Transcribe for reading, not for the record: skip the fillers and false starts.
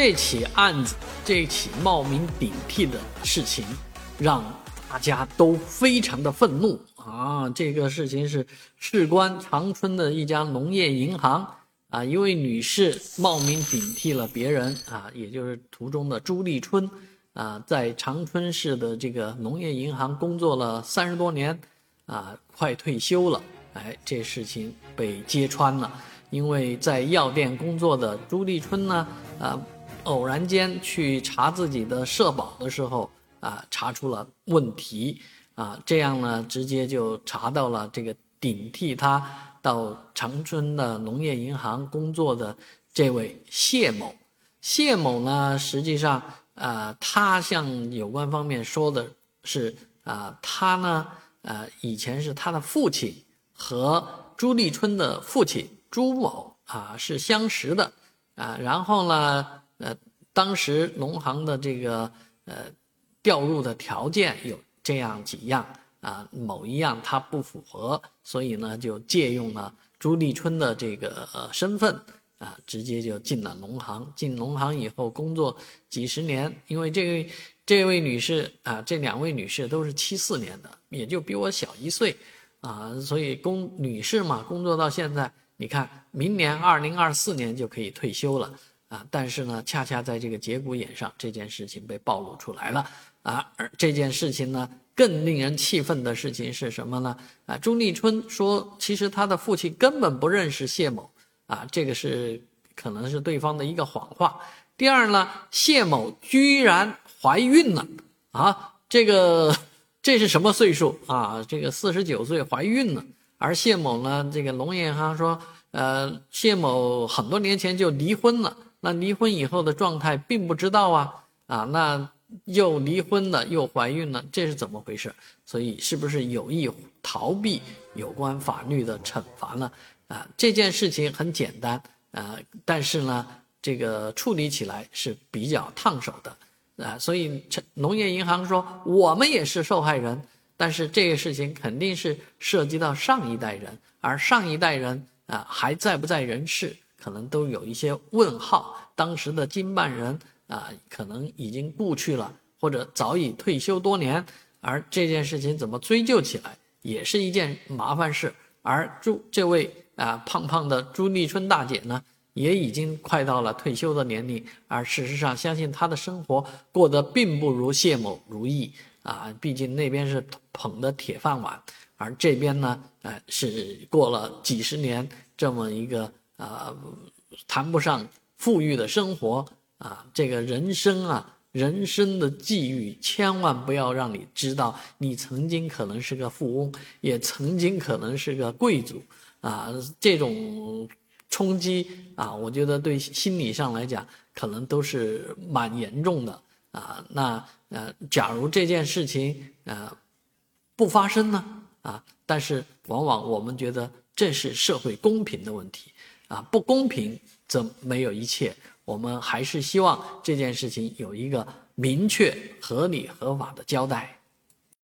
这起案子，这起冒名顶替的事情，让大家都非常的愤怒啊！这个事情是事关长春的一家农业银行啊，一位女士冒名顶替了别人啊，也就是图中的朱立春啊，在长春市的这个农业银行工作了30多年啊，快退休了。哎，这事情被揭穿了，因为在药店工作的朱立春呢，偶然间去查自己的社保的时候查出了问题这样呢，直接就查到了这个顶替他到长春的农业银行工作的这位谢某。谢某呢，实际上他向有关方面说的是他呢以前是他的父亲和朱立春的父亲朱某是相识的然后呢当时农行的这个调入的条件有这样几样某一样它不符合，所以呢就借用了朱立春的这个身份直接就进了农行。进农行以后工作几十年，因为这位女士这两位女士都是74年的，也就比我小1岁所以女士嘛，工作到现在，你看明年2024年就可以退休了但是呢，恰恰在这个节骨眼上，这件事情被暴露出来了而这件事情呢，更令人气愤的事情是什么呢？朱立春说，其实他的父亲根本不认识谢某这个是可能是对方的一个谎话。第二呢，谢某居然怀孕了这是什么岁数这个49岁怀孕了。而谢某呢，这个农业银行说谢某很多年前就离婚了，那离婚以后的状态并不知道那又离婚了又怀孕了，这是怎么回事？所以是不是有意逃避有关法律的惩罚呢？这件事情很简单但是呢这个处理起来是比较烫手的所以农业银行说我们也是受害人，但是这个事情肯定是涉及到上一代人，而上一代人还在不在人世，可能都有一些问号。当时的经办人可能已经故去了，或者早已退休多年，而这件事情怎么追究起来，也是一件麻烦事。而这位胖胖的朱立春大姐呢，也已经快到了退休的年龄，而事实上相信她的生活过得并不如谢某如意毕竟那边是捧的铁饭碗，而这边呢是过了几十年这么一个谈不上富裕的生活这个人生的际遇，千万不要让你知道你曾经可能是个富翁，也曾经可能是个贵族这种冲击我觉得对心理上来讲可能都是蛮严重的那假如这件事情不发生呢但是往往我们觉得这是社会公平的问题不公平则没有一切，我们还是希望这件事情有一个明确、合理、合法的交代。